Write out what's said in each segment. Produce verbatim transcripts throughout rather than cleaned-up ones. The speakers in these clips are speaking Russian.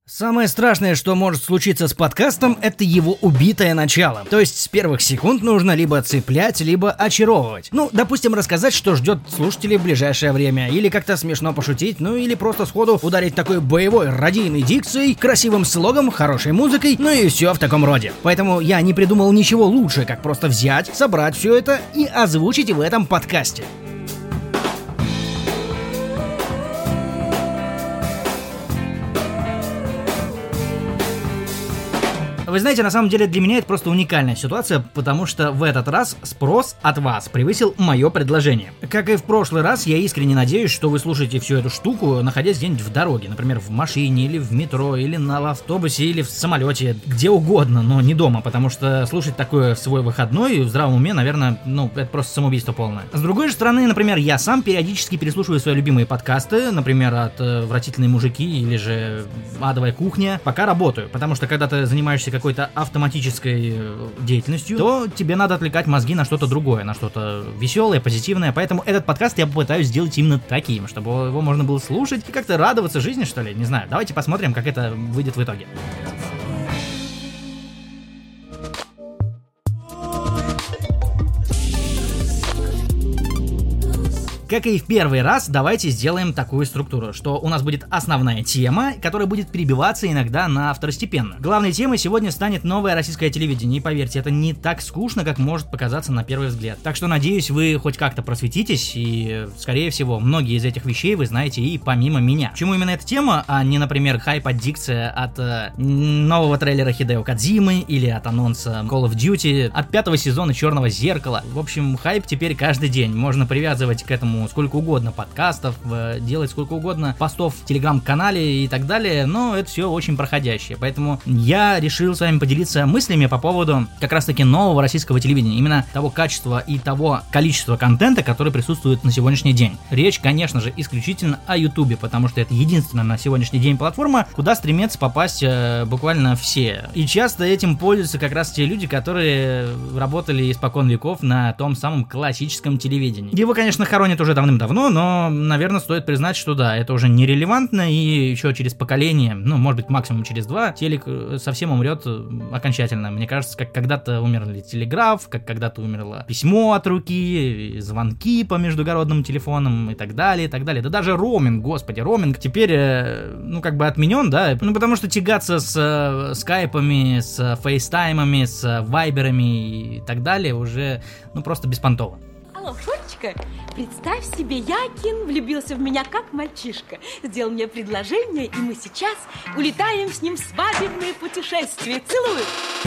Самое страшное, что может случиться с подкастом, это его убитое начало. То есть с первых секунд нужно либо цеплять, либо очаровывать. Ну, допустим, рассказать, что ждет слушателей в ближайшее время, или как-то смешно пошутить, ну или просто сходу ударить такой боевой радийной дикцией, красивым слогом, хорошей музыкой, ну и все в таком роде. Поэтому я не придумал ничего лучше, как просто взять, собрать все это и озвучить в этом подкасте. Вы знаете, на самом деле для меня это просто уникальная ситуация, потому что в этот раз спрос от вас превысил мое предложение. Как и в прошлый раз, я искренне надеюсь, что вы слушаете всю эту штуку, находясь где-нибудь в дороге, например, в машине, или в метро, или на автобусе, или в самолете, где угодно, но не дома, потому что слушать такое в свой выходной в здравом уме, наверное, ну, это просто самоубийство полное. С другой же стороны, например, я сам периодически переслушиваю свои любимые подкасты, например, от «Вратительные мужики» или же «Адовая кухня», пока работаю, потому что когда ты занимаешься какой-то автоматической деятельностью, то тебе надо отвлекать мозги на что-то другое, на что-то веселое, позитивное, поэтому этот подкаст я попытаюсь сделать именно таким, чтобы его можно было слушать и как-то радоваться жизни, что ли, не знаю. Давайте посмотрим, как это выйдет в итоге. Как и в первый раз, давайте сделаем такую структуру, что у нас будет основная тема, которая будет перебиваться иногда на второстепенную. Главной темой сегодня станет новое российское телевидение, и поверьте, это не так скучно, как может показаться на первый взгляд. Так что надеюсь, вы хоть как-то просветитесь, и, скорее всего, многие из этих вещей вы знаете и помимо меня. Почему именно эта тема, а не, например, хайп-аддикция от э, нового трейлера Хидео Кодзимы или от анонса Call of Duty, от пятого сезона Черного Зеркала. В общем, хайп теперь каждый день. Можно привязывать к этому сколько угодно подкастов, делать сколько угодно постов в телеграм-канале и так далее, но это все очень проходящее. Поэтому я решил с вами поделиться мыслями по поводу как раз-таки нового российского телевидения, именно того качества и того количества контента, который присутствует на сегодняшний день. Речь, конечно же, исключительно о Ютубе, потому что это единственная на сегодняшний день платформа, куда стремятся попасть э, буквально все. И часто этим пользуются как раз те люди, которые работали испокон веков на том самом классическом телевидении. Его, конечно, хоронят уже давным-давно, но, наверное, стоит признать, что да, это уже нерелевантно, и еще через поколение, ну, может быть, максимум через два, телек совсем умрет окончательно. Мне кажется, как когда-то умерли телеграф, как когда-то умерло письмо от руки, звонки по междугородным телефонам и так далее, и так далее. Да даже роуминг, господи, роуминг теперь, ну, как бы отменен, да, ну, потому что тягаться с э, скайпами, с фейстаймами, с вайберами и так далее уже, ну, просто беспонтово. Алло, Шурочка, представь себе, Якин влюбился в меня как мальчишка. Сделал мне предложение, и мы сейчас улетаем с ним в свадебное путешествие. Целую!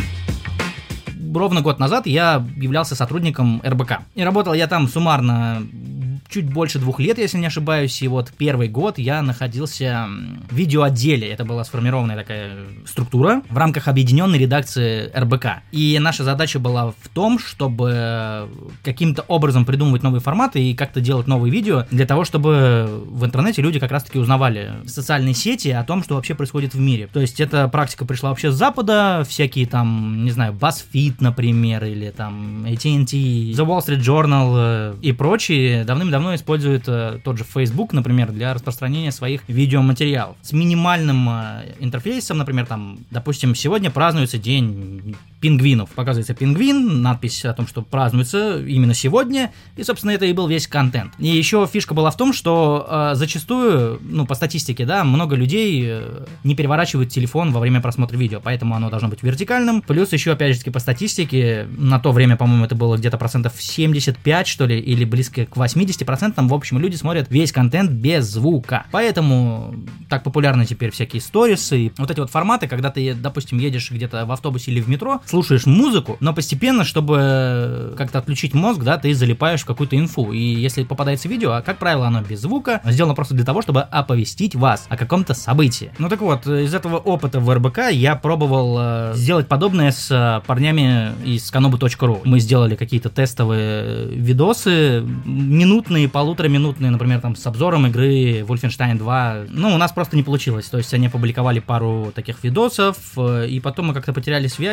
Ровно год назад я являлся сотрудником эр бэ ка. И работал я там суммарно чуть больше двух лет, если не ошибаюсь, и вот первый год я находился в видеоотделе. Это была сформированная такая структура в рамках объединенной редакции эр бэ ка. И наша задача была в том, чтобы каким-то образом придумывать новые форматы и как-то делать новые видео для того, чтобы в интернете люди как раз-таки узнавали в социальной сети о том, что вообще происходит в мире. То есть эта практика пришла вообще с Запада, всякие там, не знаю, BuzzFeed, например, или там эй ти энд ти, The Wall Street Journal и прочие давным-давно используют э, тот же Facebook, например, для распространения своих видеоматериалов. С минимальным э, интерфейсом, например, там, допустим, сегодня празднуется день пингвинов. Показывается пингвин, надпись о том, что празднуется именно сегодня, и, собственно, это и был весь контент. И еще фишка была в том, что э, зачастую, ну, по статистике, да, много людей э, не переворачивают телефон во время просмотра видео, поэтому оно должно быть вертикальным. Плюс еще, опять же, по статистике, на то время, по-моему, это было где-то процентов семьдесят пять, что ли, или близко к восьмидесяти процентам, в общем, люди смотрят весь контент без звука. Поэтому так популярны теперь всякие сторисы, вот эти вот форматы, когда ты, допустим, едешь где-то в автобусе или в метро, слушаешь музыку, но постепенно, чтобы как-то отключить мозг, да, ты залипаешь в какую-то инфу. И если попадается видео, а как правило, оно без звука, сделано просто для того, чтобы оповестить вас о каком-то событии. Ну так вот, из этого опыта в эр бэ ка я пробовал э, сделать подобное с э, парнями из канобу точка ру. Мы сделали какие-то тестовые видосы, минутные, полутораминутные, например, там с обзором игры Wolfenstein два. Ну, у нас просто не получилось. То есть они опубликовали пару таких видосов, и потом мы как-то потеряли связь. То есть мы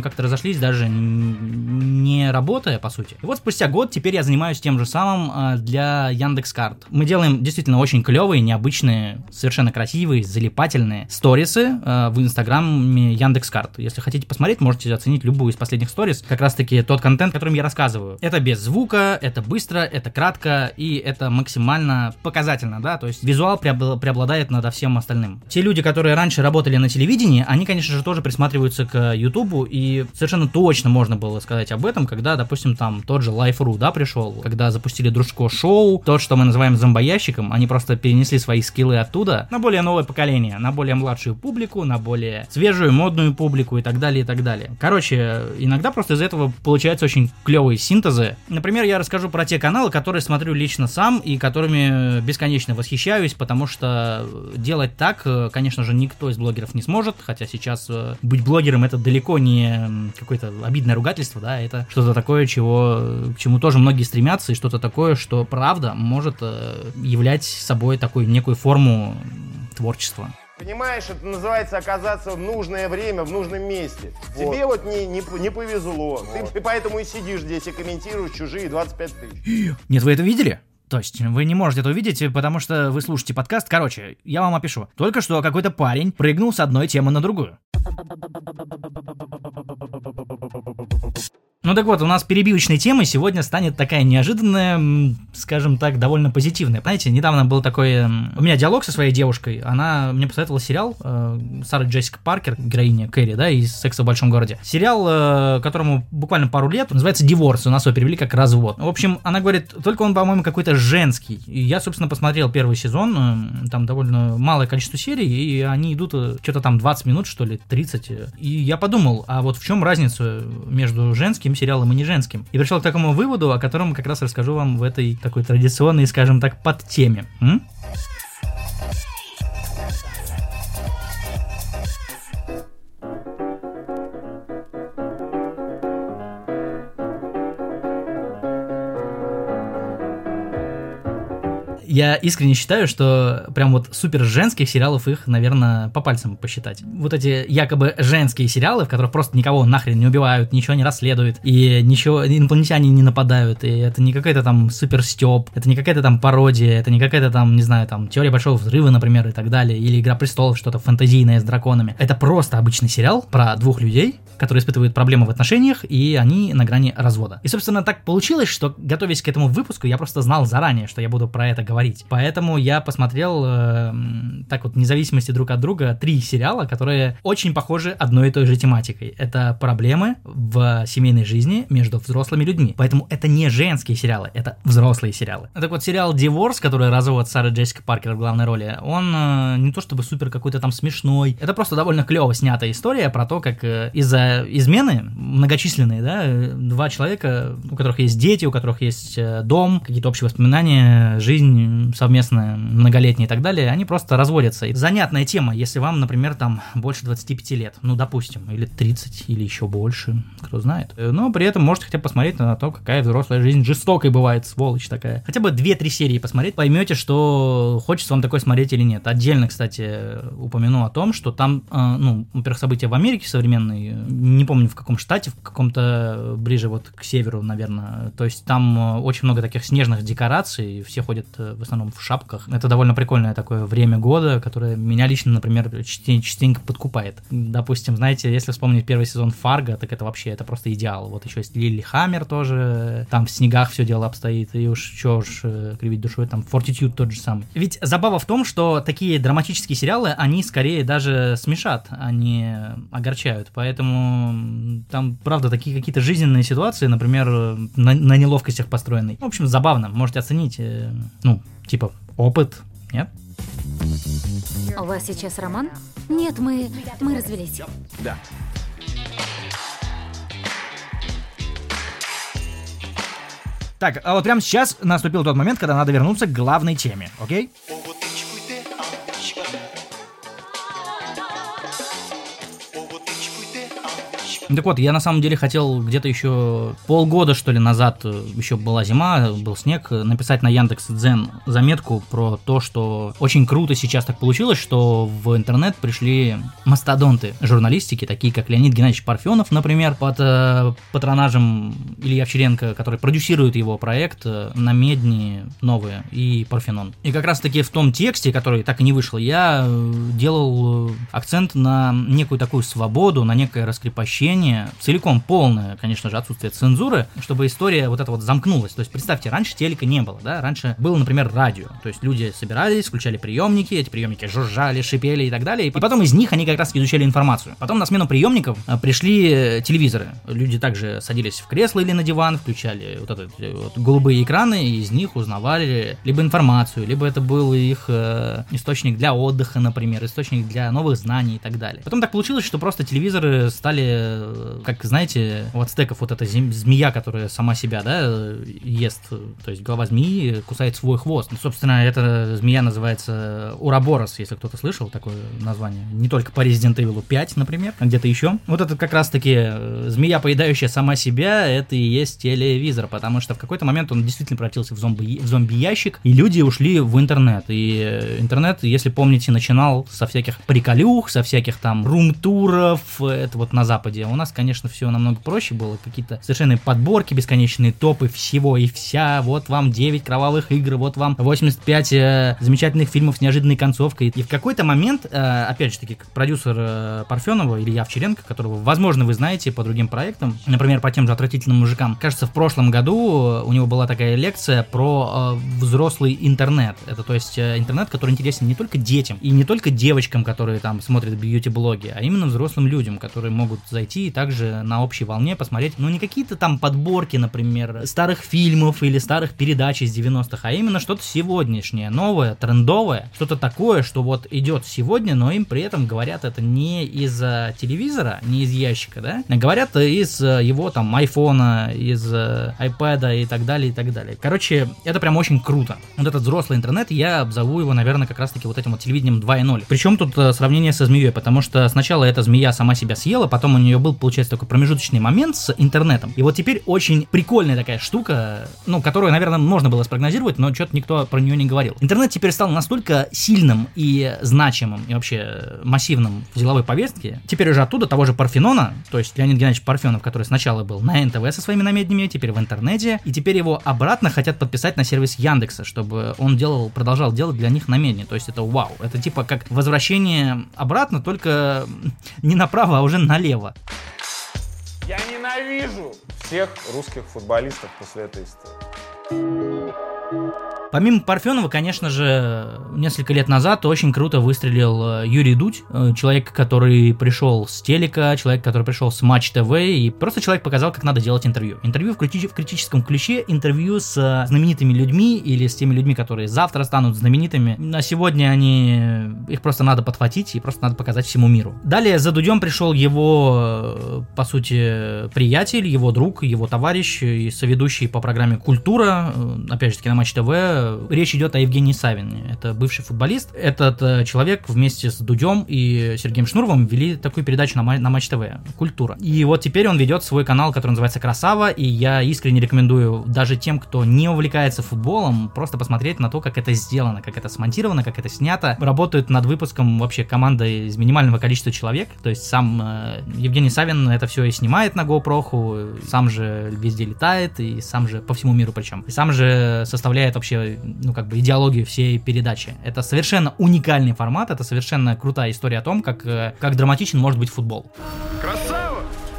как-то разошлись, даже не работая, по сути. И вот спустя год теперь я занимаюсь тем же самым для Яндекс.Карт. Мы делаем действительно очень клевые, необычные, совершенно красивые, залипательные сторисы в инстаграме Яндекс.Карт. Если хотите посмотреть, можете оценить любую из последних сторис. Как раз таки тот контент, которым я рассказываю. Это без звука, это быстро, это кратко и это максимально показательно, да, то есть визуал преобладает над всем остальным. Те люди, которые раньше работали на телевидении, они, конечно же, тоже присматриваются к Ютубу, и совершенно точно можно было сказать об этом, когда, допустим, там тот же Life.ru, да, пришел, когда запустили Дружко шоу, то, что мы называем зомбоящиком, они просто перенесли свои скиллы оттуда на более новое поколение, на более младшую публику, на более свежую, модную публику и так далее, и так далее. Короче, иногда просто из этого получаются очень клевые синтезы. Например, я расскажу про те каналы, которые смотрю лично сам и которыми бесконечно восхищаюсь, потому что делать так, конечно же, никто из блогеров не сможет, хотя сейчас быть блогером — это далеко не какое-то обидное ругательство, да, это что-то такое, чего, к чему тоже многие стремятся, и что-то такое, что правда может являть собой такую некую форму творчества. Понимаешь, это называется оказаться в нужное время, в нужном месте. Вот. Тебе вот не, не, не повезло. Вот. Ты, ты поэтому и сидишь здесь и комментируешь чужие двадцать пять тысяч. Нет, вы это видели? То есть вы не можете это увидеть, потому что вы слушаете подкаст. Короче, я вам опишу. Только что какой-то парень прыгнул с одной темы на другую. Ну так вот, у нас перебивочной темой сегодня станет такая неожиданная, скажем так, довольно позитивная. Знаете, недавно был такой... У меня диалог со своей девушкой, она мне посоветовала сериал э, Сара Джессика Паркер, героиня Кэрри, да, из «Секса в большом городе». Сериал, э, которому буквально пару лет, называется «Диворс», у нас его перевели как «Развод». В общем, она говорит, только он, по-моему, какой-то женский. И я, собственно, посмотрел первый сезон, э, там довольно малое количество серий, и они идут э, что-то там двадцать минут, что ли, тридцать. И я подумал, а вот в чем разница между женским сериалом и не женским? И пришел к такому выводу, о котором как раз расскажу вам в этой такой традиционной, скажем так, подтеме. М? Я искренне считаю, что прям вот супер женских сериалов их, наверное, по пальцам посчитать. Вот эти якобы женские сериалы, в которых просто никого нахрен не убивают, ничего не расследуют, и ничего, инопланетяне не нападают, и это не какой-то там супер стёб, это не какая-то там пародия, это не какая-то там, не знаю, там, Теория Большого Взрыва, например, и так далее, или Игра Престолов, что-то фэнтезийное с драконами. Это просто обычный сериал про двух людей, которые испытывают проблемы в отношениях, и они на грани развода. И, собственно, так получилось, что, готовясь к этому выпуску, я просто знал заранее, что я буду про это говорить. Поэтому я посмотрел, э, так вот, вне зависимости друг от друга, три сериала, которые очень похожи одной и той же тематикой. Это проблемы в семейной жизни между взрослыми людьми. Поэтому это не женские сериалы, это взрослые сериалы. Так вот, сериал «Диворс», который развод Сары Джессика Паркер в главной роли, он э, не то чтобы супер какой-то там смешной, это просто довольно клево снятая история про то, как э, из-за измены многочисленные, да, два человека, у которых есть дети, у которых есть э, дом, какие-то общие воспоминания, жизнь совместная, многолетняя и так далее, они просто разводятся. И занятная тема, если вам, например, там больше двадцати пяти лет, ну, допустим, или тридцать, или еще больше, кто знает. Но при этом можете хотя бы посмотреть на то, какая взрослая жизнь жестокой бывает, сволочь такая. Хотя бы две-три серии посмотреть, поймете, что хочется вам такое смотреть или нет. Отдельно, кстати, упомяну о том, что там, ну, во-первых, события в Америке современные, не помню в каком штате, в каком-то ближе вот к северу, наверное. То есть там очень много таких снежных декораций, все ходят в основном в шапках. Это довольно прикольное такое время года, которое меня лично, например, частенько подкупает. Допустим, знаете, если вспомнить первый сезон «Фарго», так это вообще, это просто идеал. Вот еще есть «Лиллехаммер» тоже, там в снегах все дело обстоит, и уж что уж кривить душой, там «Фортитюд» тот же самый. Ведь забава в том, что такие драматические сериалы, они скорее даже смешат, а не огорчают. Поэтому там, правда, такие какие-то жизненные ситуации, например, на, на неловкостях построенные. В общем, забавно, можете оценить, ну, типа, опыт, нет? У вас сейчас роман? Нет, мы, мы развелись. Да. Так, а вот прямо сейчас наступил тот момент, когда надо вернуться к главной теме, окей? Так вот, я на самом деле хотел где-то еще полгода, что ли, назад, еще была зима, был снег, написать на Яндекс.Дзен заметку про то, что очень круто сейчас так получилось, что в интернет пришли мастодонты журналистики, такие как Леонид Геннадьевич Парфенов, например, под э, патронажем Ильи Овчаренко, который продюсирует его проект э, «Намедни новые» и «Парфенон». И как раз-таки в том тексте, который так и не вышел, я э, делал акцент на некую такую свободу, на некое раскрепощение, целиком полное, конечно же, отсутствие цензуры, чтобы история вот эта вот замкнулась. То есть, представьте, раньше телека не было, да, раньше было, например, радио, то есть люди собирались, включали приемники, эти приемники жужжали, шипели и так далее, и потом из них они как раз изучали информацию. Потом на смену приемников пришли телевизоры. Люди также садились в кресло или на диван, включали вот этот вот голубые экраны, и из них узнавали либо информацию, либо это был их э, источник для отдыха, например, источник для новых знаний и так далее. Потом так получилось, что просто телевизоры стали, как, знаете, у ацтеков вот эта змея, которая сама себя, да, ест, то есть голова змеи кусает свой хвост. Собственно, эта змея называется Ураборос, если кто-то слышал такое название. Не только по Resident Evil пять, например, а где-то еще. Вот это как раз-таки змея, поедающая сама себя, это и есть телевизор, потому что в какой-то момент он действительно превратился в зомби, в зомби-ящик, и люди ушли в интернет. И интернет, если помните, начинал со всяких приколюх, со всяких там рум-туров, это вот на Западе. У нас, конечно, все намного проще было, какие-то совершенные подборки, бесконечные топы всего и вся, вот вам девять кровавых игр, вот вам восемьдесят пять э, замечательных фильмов с неожиданной концовкой. И в какой-то момент, э, опять же таки, продюсер э, Парфенова, Илья Овчаренко, которого, возможно, вы знаете по другим проектам, например, по тем же «Отвратительным мужикам», кажется, в прошлом году у него была такая лекция про э, взрослый интернет. Это, то есть, э, интернет, который интересен не только детям и не только девочкам, которые там смотрят бьюти-блоги, а именно взрослым людям, которые могут зайти и также на общей волне посмотреть, ну, не какие-то там подборки, например, старых фильмов или старых передач из девяностых, а именно что-то сегодняшнее, новое, трендовое, что-то такое, что вот идет сегодня, но им при этом говорят это не из телевизора, не из ящика, да, а говорят из его там айфона, из айпэда и так далее, и так далее. Короче, это прям очень круто. Вот этот взрослый интернет, я обзову его, наверное, как раз-таки вот этим вот телевидением два ноль. Причем тут сравнение со змеей, потому что сначала эта змея сама себя съела, потом у нее был, получается, такой промежуточный момент с интернетом. И вот теперь очень прикольная такая штука, ну, которую, наверное, можно было спрогнозировать, но что-то никто про нее не говорил. Интернет теперь стал настолько сильным и значимым, и вообще массивным в деловой повестке. Теперь уже оттуда того же Парфенона, то есть Леонид Геннадьевич Парфенов, который сначала был на эн тэ вэ со своими намеднями, теперь в интернете, и теперь его обратно хотят подписать на сервис Яндекса, чтобы он делал, продолжал делать для них намедни. То есть это вау. Это типа как возвращение обратно, только не направо, а уже налево. Я ненавижу всех русских футболистов после этой истории. Помимо Парфенова, конечно же, несколько лет назад очень круто выстрелил Юрий Дудь, человек, который пришел с телека, человек, который пришел с Матч ТВ, и просто человек показал, как надо делать интервью. Интервью в, крити- в критическом ключе, интервью с знаменитыми людьми или с теми людьми, которые завтра станут знаменитыми. На сегодня они, их просто надо подхватить и просто надо показать всему миру. Далее за Дудем пришел его, по сути, приятель, его друг, его товарищ и соведущий по программе «Культура», опять же таки на Матч ТВ. Речь идет о Евгении Савине. Это бывший футболист. Этот э, человек вместе с Дудем и Сергеем Шнуровым вели такую передачу на, на Матч ТВ «Культура». И вот теперь он ведет свой канал, который называется «Красава», и я искренне рекомендую даже тем, кто не увлекается футболом, просто посмотреть на то, как это сделано, как это смонтировано, как это снято. Работают над выпуском вообще команда из минимального количества человек. То есть сам э, Евгений Савин это все и снимает на GoPro, сам же везде летает, и сам же по всему миру причем. И сам же составляет вообще, ну, как бы идеологию всей передачи. Это совершенно уникальный формат, это совершенно крутая история о том, как, как драматичен может быть футбол. Красава!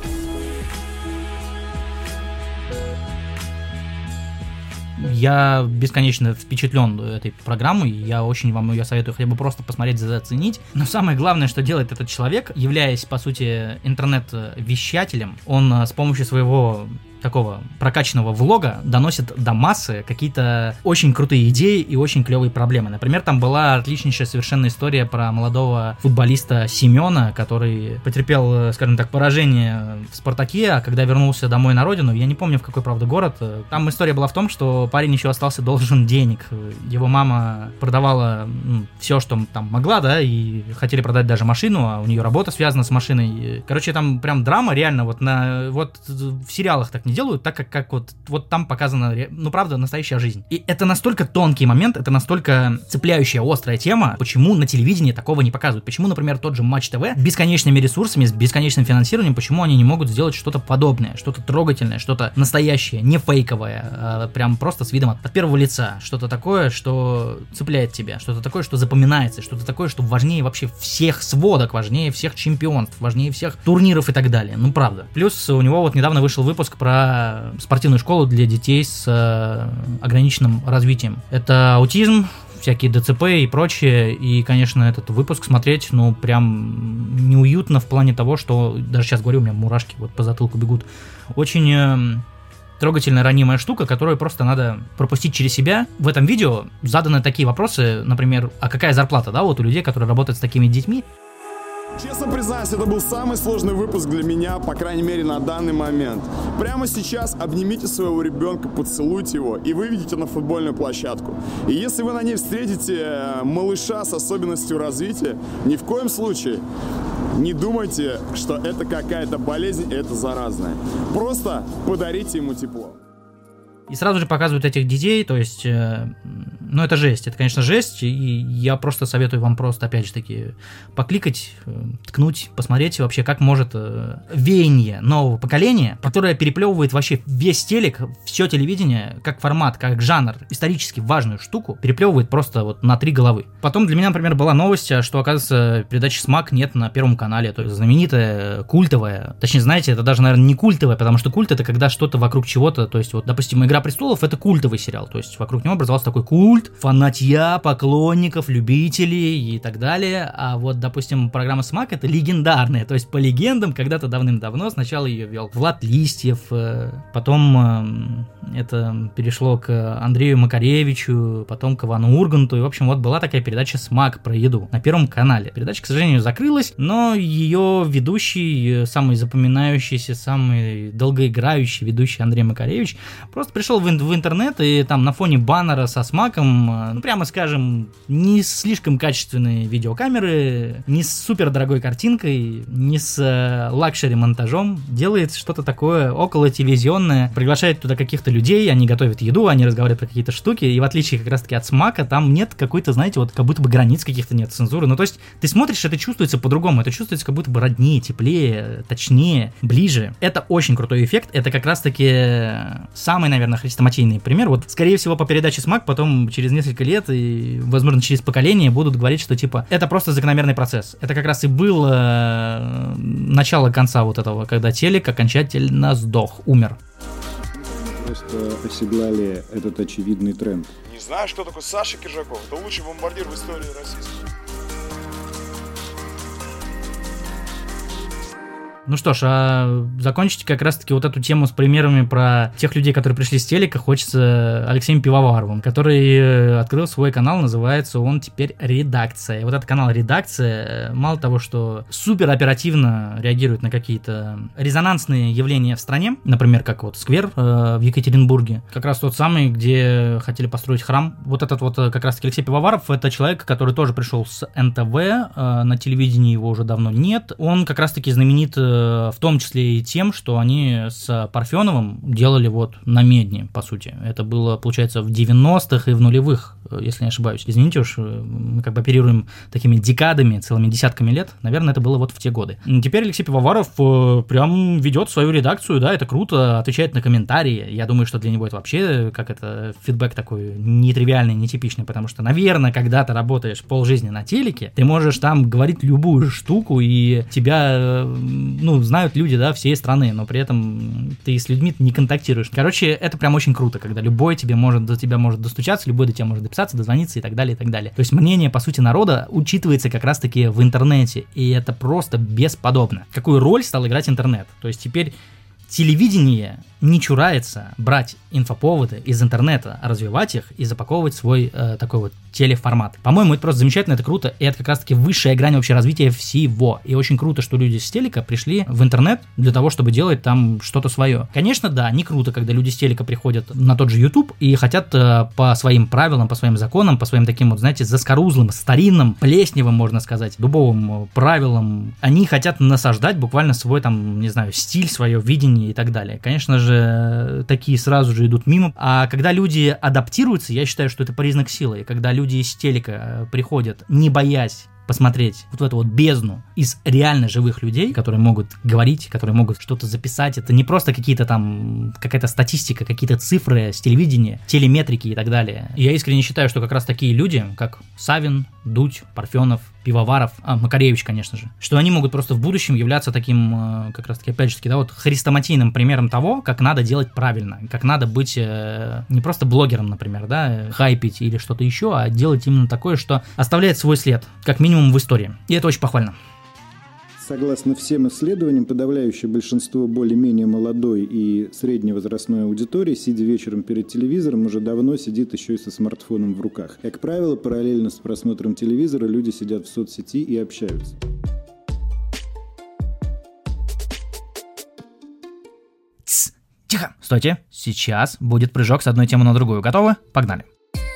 Я бесконечно впечатлен этой программой, я очень вам ее советую хотя бы просто посмотреть, заценить. Но самое главное, что делает этот человек, являясь, по сути, интернет-вещателем, он с помощью своего такого прокачанного влога доносит до массы какие-то очень крутые идеи и очень клевые проблемы. Например, там была отличнейшая совершенно история про молодого футболиста Семена, который потерпел, скажем так, поражение в «Спартаке», а когда вернулся домой на родину, я не помню, в какой, правда, город, там история была в том, что парень еще остался должен денег. Его мама продавала ну, все, что там могла, да, и хотели продать даже машину, а у нее работа связана с машиной. Короче, там прям драма, реально, вот на вот в сериалах так не делают, так как, как вот, вот там показана, ну, правда, настоящая жизнь. И это настолько тонкий момент, это настолько цепляющая, острая тема, почему на телевидении такого не показывают. Почему, например, тот же Матч ТВ с бесконечными ресурсами, с бесконечным финансированием, почему они не могут сделать что-то подобное, что-то трогательное, что-то настоящее, не фейковое, а прям просто с видом от, от первого лица, что-то такое, что цепляет тебя, что-то такое, что запоминается, что-то такое, что важнее вообще всех сводок, важнее всех чемпионств, важнее всех турниров и так далее. Ну, правда. Плюс у него вот недавно вышел выпуск про спортивную школу для детей с э, ограниченным развитием. Это аутизм, всякие ДЦП и прочее, и, конечно, этот выпуск смотреть, ну, прям неуютно в плане того, что, даже сейчас говорю, у меня мурашки вот по затылку бегут, очень э, трогательная, ранимая штука, которую просто надо пропустить через себя. В этом видео заданы такие вопросы, например, а какая зарплата, да, вот у людей, которые работают с такими детьми. Честно признаюсь, это был самый сложный выпуск для меня, по крайней мере, на данный момент. Прямо сейчас обнимите своего ребенка, поцелуйте его и выведите на футбольную площадку. И если вы на ней встретите малыша с особенностью развития, ни в коем случае не думайте, что это какая-то болезнь, и это заразное. Просто подарите ему тепло. И сразу же показывают этих детей, то есть, э, ну это жесть, это, конечно, жесть, и я просто советую вам просто, опять же таки, покликать, э, ткнуть, посмотреть вообще, как может э, веяние нового поколения, которое переплевывает вообще весь телек, все телевидение, как формат, как жанр, исторически важную штуку, переплевывает просто вот на три головы. Потом для меня, например, была новость, что, оказывается, передачи «Смак» нет на Первом канале, то есть знаменитая, культовая, точнее, знаете, это даже, наверное, не культовая, потому что культ — это когда что-то вокруг чего-то, то есть, вот, допустим, «Игра престолов» — это культовый сериал, то есть вокруг него образовался такой культ, фанатья, поклонников, любителей и так далее, а вот, допустим, программа «Смак» — это легендарная, то есть по легендам, когда-то давным-давно сначала ее вел Влад Листьев, потом это перешло к Андрею Макаревичу, потом к Ивану Урганту, и, в общем, вот была такая передача «Смак» про еду на Первом канале. Передача, к сожалению, закрылась, но ее ведущий, самый запоминающийся, самый долгоиграющий ведущий Андрей Макаревич просто пришел в, в интернет, и там на фоне баннера со смаком, ну, прямо скажем, не слишком качественные видеокамеры, не с супер дорогой картинкой, не с э, лакшери-монтажом, делает что-то такое около телевизионное, приглашает туда каких-то людей, они готовят еду, они разговаривают про какие-то штуки, и в отличие как раз-таки от смака, там нет какой-то, знаете, вот как будто бы границ каких-то нет, цензуры. Ну, то есть ты смотришь, это чувствуется по-другому, это чувствуется как будто бы роднее, теплее, точнее, ближе. Это очень крутой эффект, это как раз-таки самый, наверное, хрестоматийный пример. Вот, скорее всего, по передаче «Смак» потом через несколько лет и, возможно, через поколение будут говорить, что, типа, это просто закономерный процесс. Это как раз и было э, начало конца вот этого, когда телек окончательно сдох, умер. Просто оседлали этот очевидный тренд. Не знаю, что такое Саша Киржаков. Это лучший бомбардир в истории российской. Ну что ж, а закончить как раз-таки вот эту тему с примерами про тех людей, которые пришли с телека, хочется Алексеем Пивоваровым, который открыл свой канал, называется он теперь «Редакция». И вот этот канал «Редакция» мало того, что супер оперативно реагирует на какие-то резонансные явления в стране, например, как вот сквер э, в Екатеринбурге, как раз тот самый, где хотели построить храм. Вот этот вот как раз-таки Алексей Пивоваров, это человек, который тоже пришел с эн тэ вэ, э, на телевидении его уже давно нет. Он как раз-таки знаменит в том числе и тем, что они с Парфеновым делали вот на Медне, по сути. Это было, получается, в девяностых и в нулевых, если не ошибаюсь. Извините уж, мы как бы оперируем такими декадами, целыми десятками лет. Наверное, это было вот в те годы. Теперь Алексей Пивоваров прям ведет свою редакцию, да, это круто, отвечает на комментарии. Я думаю, что для него это вообще, как это, фидбэк такой нетривиальный, нетипичный, потому что, наверное, когда ты работаешь полжизни на телеке, ты можешь там говорить любую штуку, и тебя, ну, знают люди, да, всей страны, но при этом ты с людьми не контактируешь. Короче, это прям очень круто, когда любой тебе может, до тебя может достучаться, любой до тебя может дописаться, дозвониться и так далее, и так далее. То есть мнение, по сути, народа учитывается как раз-таки в интернете, и это просто бесподобно. Какую роль стал играть интернет? То есть теперь телевидение не чурается брать инфоповоды из интернета, развивать их и запаковывать в свой э, такой вот телеформат. По-моему, это просто замечательно, это круто, и это как раз-таки высшая грань вообще развития всего. И очень круто, что люди с телека пришли в интернет для того, чтобы делать там что-то свое. Конечно, да, не круто, когда люди с телека приходят на тот же YouTube и хотят э, по своим правилам, по своим законам, по своим таким вот, знаете, заскорузлым, старинным, плесневым, можно сказать, дубовым правилам, они хотят насаждать буквально свой там, не знаю, стиль, свое видение и так далее. Конечно же, такие сразу же идут мимо. А когда люди адаптируются, я считаю, что это признак силы. И когда люди из телека приходят, не боясь посмотреть вот в эту вот бездну из реально живых людей, которые могут говорить, которые могут что-то записать. Это не просто какие-то там, какая-то статистика, какие-то цифры с телевидения, телеметрики и так далее. И я искренне считаю, что как раз такие люди, как Савин, Дудь, Парфенов, Пивоваров, а, Макаревич, конечно же, что они могут просто в будущем являться таким, как раз таки, опять же таки, да, вот хрестоматийным примером того, как надо делать правильно, как надо быть э, не просто блогером, например, да, хайпить или что-то еще, а делать именно такое, что оставляет свой след, как минимум в истории. И это очень похвально. Согласно всем исследованиям, подавляющее большинство более-менее молодой и средневозрастной аудитории, сидя вечером перед телевизором, уже давно сидит еще и со смартфоном в руках. Как правило, параллельно с просмотром телевизора люди сидят в соцсети и общаются. Тс, тихо, стойте, сейчас будет прыжок с одной темы на другую. Готовы? Погнали.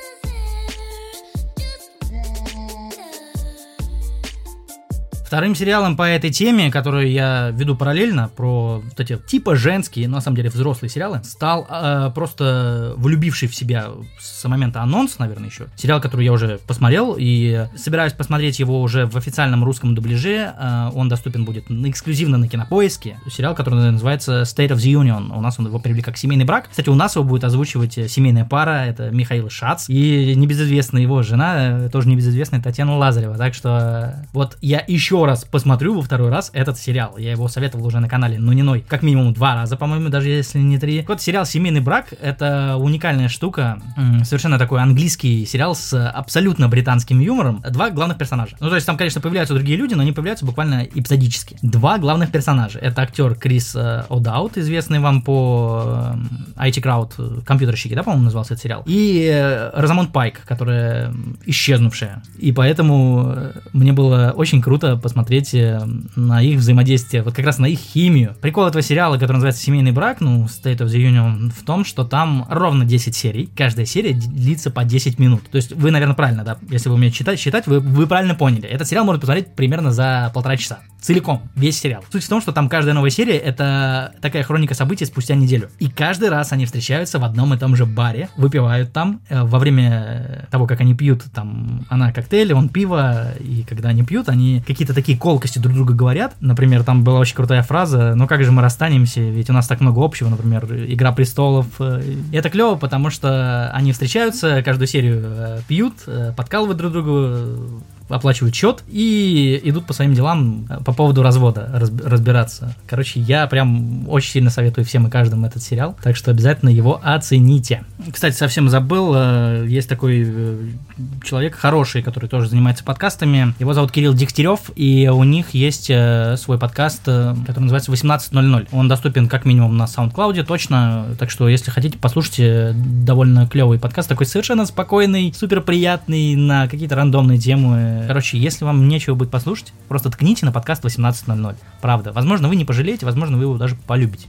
Вторым сериалом по этой теме, которую я веду параллельно, про вот эти типа женские, но на самом деле взрослые сериалы, стал э, просто влюбивший в себя с момента анонса, наверное, еще. Сериал, который я уже посмотрел, и собираюсь посмотреть его уже в официальном русском дубляже. Э, он доступен будет эксклюзивно на Кинопоиске. Сериал, который называется State of the Union. У нас он его привели как «Семейный брак». Кстати, у нас его будет озвучивать семейная пара, это Михаил Шац, и небезызвестная его жена, тоже небезызвестная Татьяна Лазарева. Так что вот я еще раз посмотрю во второй раз этот сериал. Я его советовал уже на канале Нуниной как минимум два раза, по-моему, даже если не три. Вот сериал «Семейный брак» — это уникальная штука, совершенно такой английский сериал с абсолютно британским юмором. Два главных персонажа. Ну, то есть там, конечно, появляются другие люди, но они появляются буквально эпизодически. Два главных персонажа. Это актер Крис О'Даут, известный вам по ай ти Crowd, компьютерщики, да, по-моему, назывался этот сериал. И Розамонд Пайк, которая исчезнувшая. И поэтому мне было очень круто посмотреть на их взаимодействие, вот как раз на их химию. Прикол этого сериала, который называется «Семейный брак», ну, State of the Union, в том, что там ровно десять серий. Каждая серия длится по десять минут. То есть вы, наверное, правильно, да, если вы умеете читать, считать, вы, вы правильно поняли. Этот сериал можно посмотреть примерно за полтора часа. Целиком, весь сериал. Суть в том, что там каждая новая серия — это такая хроника событий спустя неделю. И каждый раз они встречаются в одном и том же баре, выпивают там. Во время того, как они пьют, там, она коктейли, он пиво, и когда они пьют, они какие-то такие колкости друг друга говорят. Например, там была очень крутая фраза: «Ну как же мы расстанемся, ведь у нас так много общего», например, «Игра престолов». И это клево, потому что они встречаются, каждую серию пьют, подкалывают друг другу, оплачивают счет и идут по своим делам по поводу развода разбираться. Короче, я прям очень сильно советую всем и каждому этот сериал, так что обязательно его оцените. Кстати, совсем забыл, есть такой человек хороший, который тоже занимается подкастами. Его зовут Кирилл Дегтярев, и у них есть свой подкаст, который называется восемнадцать ноль ноль. Он доступен как минимум на SoundCloud, точно, так что если хотите, послушайте, довольно клевый подкаст, такой совершенно спокойный, супер приятный, на какие-то рандомные темы. Короче, если вам нечего будет послушать, просто ткните на подкаст восемнадцать ноль ноль. Правда. Возможно, вы не пожалеете, возможно, вы его даже полюбите.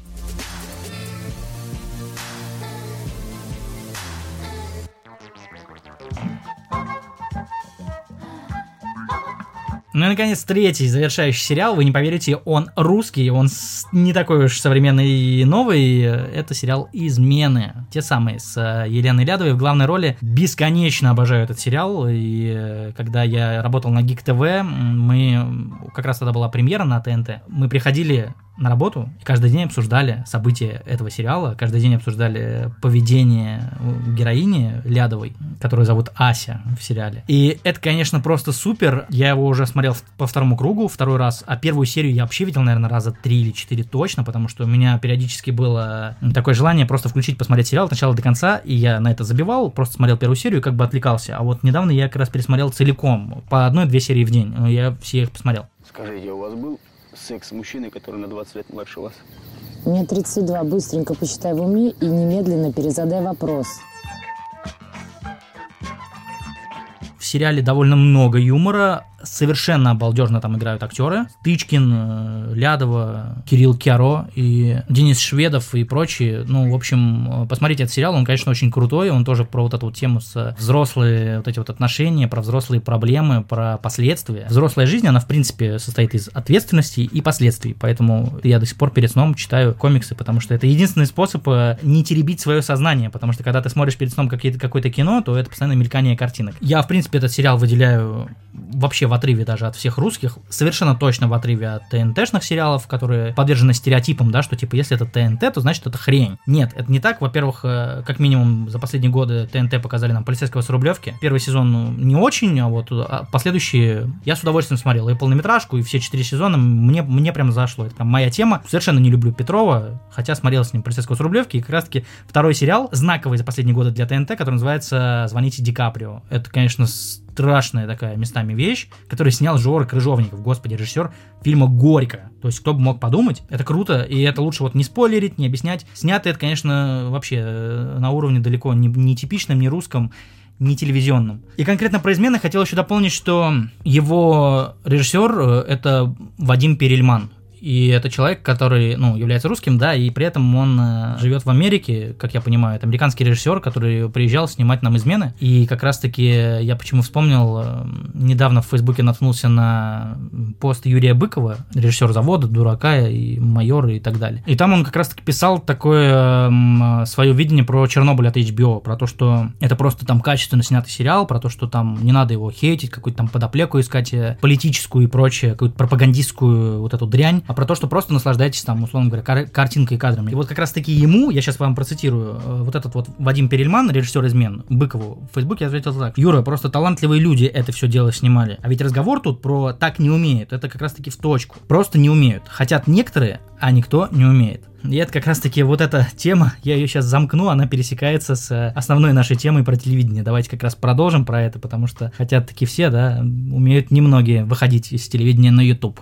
Ну и, наконец, третий завершающий сериал. Вы не поверите, он русский, он не такой уж современный и новый. Это сериал «Измены». Те самые, с Еленой Лядовой в главной роли. Бесконечно обожаю этот сериал. И когда я работал на ГИК ТВ, мы, как раз тогда была премьера на ТНТ, мы приходили на работу и каждый день обсуждали события этого сериала, каждый день обсуждали поведение героини Лядовой, которую зовут Ася в сериале. И это, конечно, просто супер. Я его уже смотрел по второму кругу, второй раз, а первую серию я вообще видел, наверное, раза три или четыре точно, потому что у меня периодически было такое желание просто включить, посмотреть сериал от начала до конца, и я на это забивал, просто смотрел первую серию и как бы отвлекался. А вот недавно я как раз пересмотрел целиком, по одной-две серии в день, я все их посмотрел. Скажите, у вас был секс с мужчиной, который на двадцать лет младше вас? Мне тридцать два. Быстренько посчитай в уме и немедленно перезадай вопрос. В сериале довольно много юмора, совершенно обалдежно там играют актеры. Тычкин, Лядова, Кирилл Кяро и Денис Шведов и прочие. Ну, в общем, посмотрите этот сериал, он, конечно, очень крутой, он тоже про вот эту вот тему с взрослые вот эти вот отношения, про взрослые проблемы, про последствия. Взрослая жизнь, она, в принципе, состоит из ответственности и последствий, поэтому я до сих пор перед сном читаю комиксы, потому что это единственный способ не теребить свое сознание, потому что когда ты смотришь перед сном какое-то кино, то это постоянно мелькание картинок. Я, в принципе, этот сериал выделяю вообще в отрыве даже от всех русских, совершенно точно в отрыве от ТНТ-шных сериалов, которые подвержены стереотипам, да, что типа если это ТНТ, то значит это хрень. Нет, это не так. Во-первых, как минимум за последние годы ТНТ показали нам «Полицейского с Рублевки». Первый сезон ну, не очень, а вот а последующие я с удовольствием смотрел. И полнометражку, и все четыре сезона мне, мне прям зашло. Это прям моя тема. Совершенно не люблю Петрова, хотя смотрел с ним «Полицейского с Рублевки». И как раз-таки второй сериал, знаковый за последние годы для ТНТ, который называется «Звоните Ди Каприо». Это, конечно, страшная такая местами вещь, которую снял Жора Крыжовников, господи, режиссер фильма «Горько». То есть, кто бы мог подумать, это круто, и это лучше вот не спойлерить, не объяснять. Снято это, конечно, вообще на уровне далеко не, не типичном, не русском, не телевизионном. И конкретно про «Измены» хотел еще дополнить, что его режиссер — это Вадим Перельман. И это человек, который, ну, является русским, да, и при этом он э, живет в Америке, как я понимаю, это американский режиссер, который приезжал снимать нам «Измены». И как раз-таки я почему вспомнил, э, недавно в Фейсбуке наткнулся на пост Юрия Быкова, режиссер «Завода», «Дурака» и «Майора» и так далее. И там он как раз-таки писал такое э, свое видение про Чернобыль от эйч би о, про то, что это просто там качественно снятый сериал, про то, что там не надо его хейтить, какую-то там подоплеку искать, политическую и прочее, какую-то пропагандистскую вот эту дрянь, а про то, что просто наслаждайтесь там, условно говоря, кар- картинкой и кадрами. И вот как раз-таки ему, я сейчас вам процитирую, вот этот вот Вадим Перельман, режиссер «Измен», Быкову, в Фейсбуке ответил так: Юра, просто талантливые люди это все дело снимали. А ведь разговор тут про «так не умеют», это как раз-таки в точку. Просто не умеют. Хотят некоторые, а никто не умеет. И это как раз-таки вот эта тема, я ее сейчас замкну, она пересекается с основной нашей темой про телевидение. Давайте как раз продолжим про это, потому что хотят таки все, да, умеют немногие выходить из телевидения на YouTube.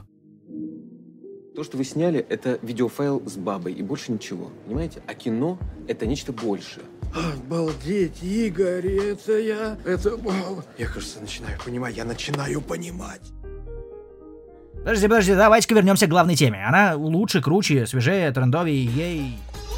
То, что вы сняли, это видеофайл с бабой и больше ничего, понимаете? А кино – это нечто большее. Обалдеть, Игорь, это я, это... Я, кажется, начинаю понимать, я начинаю понимать. Подожди, подожди, давайте-ка вернемся к главной теме. Она лучше, круче, свежее, трендовее, ей...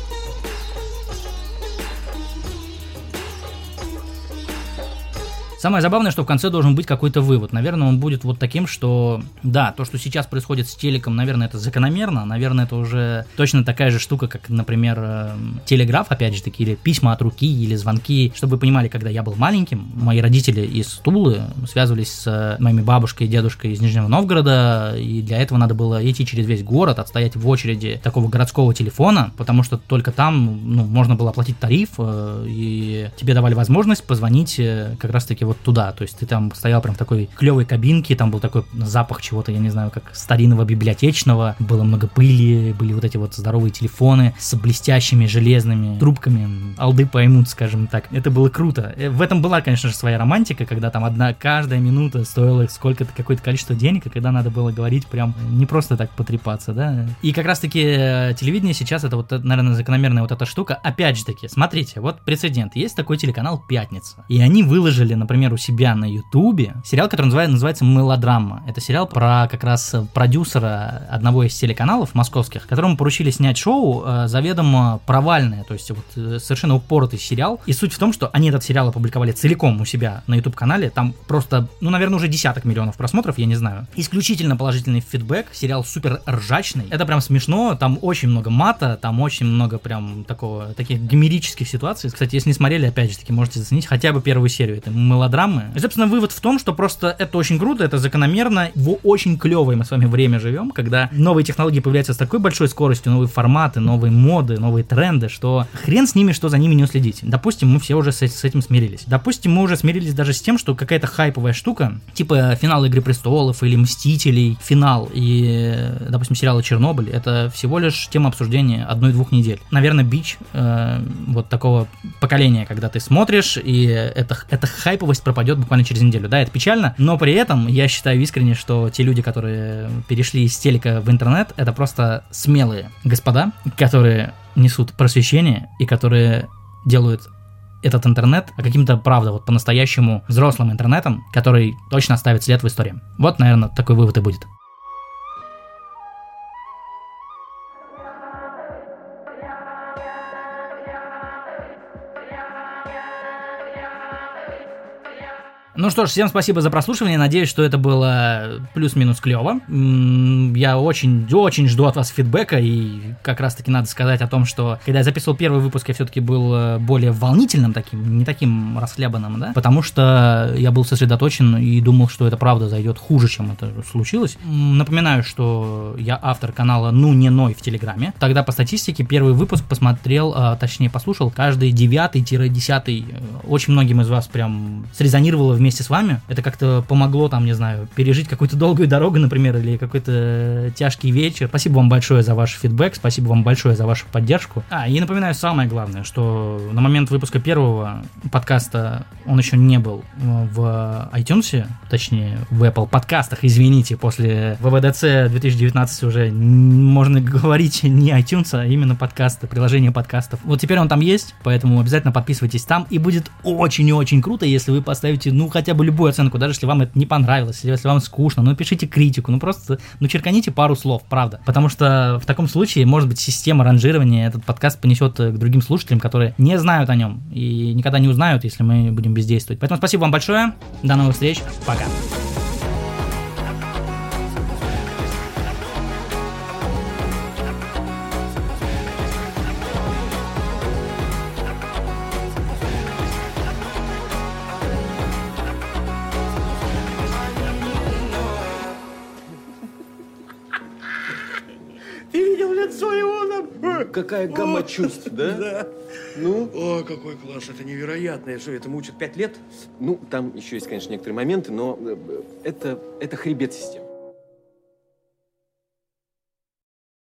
Самое забавное, что в конце должен быть какой-то вывод. Наверное, он будет вот таким, что да, то, что сейчас происходит с телеком, наверное, это закономерно. Наверное, это уже точно такая же штука, как, например, э, телеграф, опять же таки, или письма от руки, или звонки. Чтобы вы понимали, когда я был маленьким, мои родители из Тулы связывались с моими бабушкой и дедушкой из Нижнего Новгорода, и для этого надо было идти через весь город, отстоять в очереди такого городского телефона, потому что только там ну, можно было оплатить тариф, э, и тебе давали возможность позвонить э, как раз-таки вот туда, то есть ты там стоял прям в такой клевой кабинке, там был такой запах чего-то, я не знаю, как старинного библиотечного, было много пыли, были вот эти вот здоровые телефоны с блестящими железными трубками, алды поймут, скажем так, это было круто. В этом была, конечно же, своя романтика, когда там одна, каждая минута стоила сколько-то, какое-то количество денег, и когда надо было говорить прям не просто так потрепаться, да, и как раз-таки телевидение сейчас это вот, наверное, закономерная вот эта штука, опять же таки, смотрите, вот прецедент, есть такой телеканал «Пятница», и они выложили, например, у себя на Ютубе сериал, который называется, называется «Мелодрама». Это сериал про как раз продюсера одного из телеканалов московских, которому поручили снять шоу э, заведомо провальное, то есть вот э, совершенно упоротый сериал. И суть в том, что они этот сериал опубликовали целиком у себя на Ютуб-канале. Там просто, ну, наверное, уже десяток миллионов просмотров, я не знаю. Исключительно положительный фидбэк. Сериал супер ржачный. Это прям смешно. Там очень много мата, там очень много прям такого, таких гомерических ситуаций. Кстати, если не смотрели, опять же таки, можете заценить хотя бы первую серию. Это «Мелодрама». И, собственно, вывод в том, что просто это очень круто, это закономерно, в очень клевое мы с вами время живем, когда новые технологии появляются с такой большой скоростью, новые форматы, новые моды, новые тренды, что хрен с ними, что за ними не уследить. Допустим, мы все уже с, с этим смирились. Допустим, мы уже смирились даже с тем, что какая-то хайповая штука, типа финал «Игры престолов» или «Мстителей», финал и, допустим, сериала «Чернобыль», это всего лишь тема обсуждения одной-двух недель. Наверное, бич э, вот такого поколения, когда ты смотришь, и эта, эта хайповость есть пропадет буквально через неделю. Да, это печально, но при этом я считаю искренне, что те люди, которые перешли из телека в интернет, это просто смелые господа, которые несут просвещение и которые делают этот интернет каким-то, правда, вот по-настоящему взрослым интернетом, который точно оставит след в истории. Вот, наверное, такой вывод и будет. Ну что ж, всем спасибо за прослушивание. Надеюсь, что это было плюс-минус клево. Я очень-очень жду от вас фидбэка. И как раз-таки надо сказать о том, что когда я записывал первый выпуск, я все-таки был более волнительным таким, не таким расхлябанным, да? Потому что я был сосредоточен и думал, что это правда зайдет хуже, чем это случилось. Напоминаю, что я автор канала «Ну не ной» в Телеграме. Тогда по статистике первый выпуск посмотрел, а, точнее послушал каждый девятый-десятый. Очень многим из вас прям срезонировало вместе с вами. Это как-то помогло, там, не знаю, пережить какую-то долгую дорогу, например, или какой-то тяжкий вечер. Спасибо вам большое за ваш фидбэк, спасибо вам большое за вашу поддержку. А, и напоминаю самое главное, что на момент выпуска первого подкаста он еще не был в iTunes, точнее, в Apple подкастах, извините, после дабл ю дабл ю ди си две тысячи девятнадцать уже можно говорить не iTunes, а именно подкасты, приложение подкастов. Вот теперь он там есть, поэтому обязательно подписывайтесь там, и будет очень и очень круто, если вы поставите, ну, хотя бы любую оценку, даже если вам это не понравилось, если вам скучно, ну, пишите критику, ну, просто, ну, черканите пару слов, правда, потому что в таком случае, может быть, система ранжирования этот подкаст понесет к другим слушателям, которые не знают о нем и никогда не узнают, если мы будем бездействовать. Поэтому спасибо вам большое, до новых встреч, пока. Какая гамма чувств, да? Да. Ну? О, какой класс, это невероятно. Что, этому учат пять лет? Ну, там еще есть, конечно, некоторые моменты, но это, это хребет системы.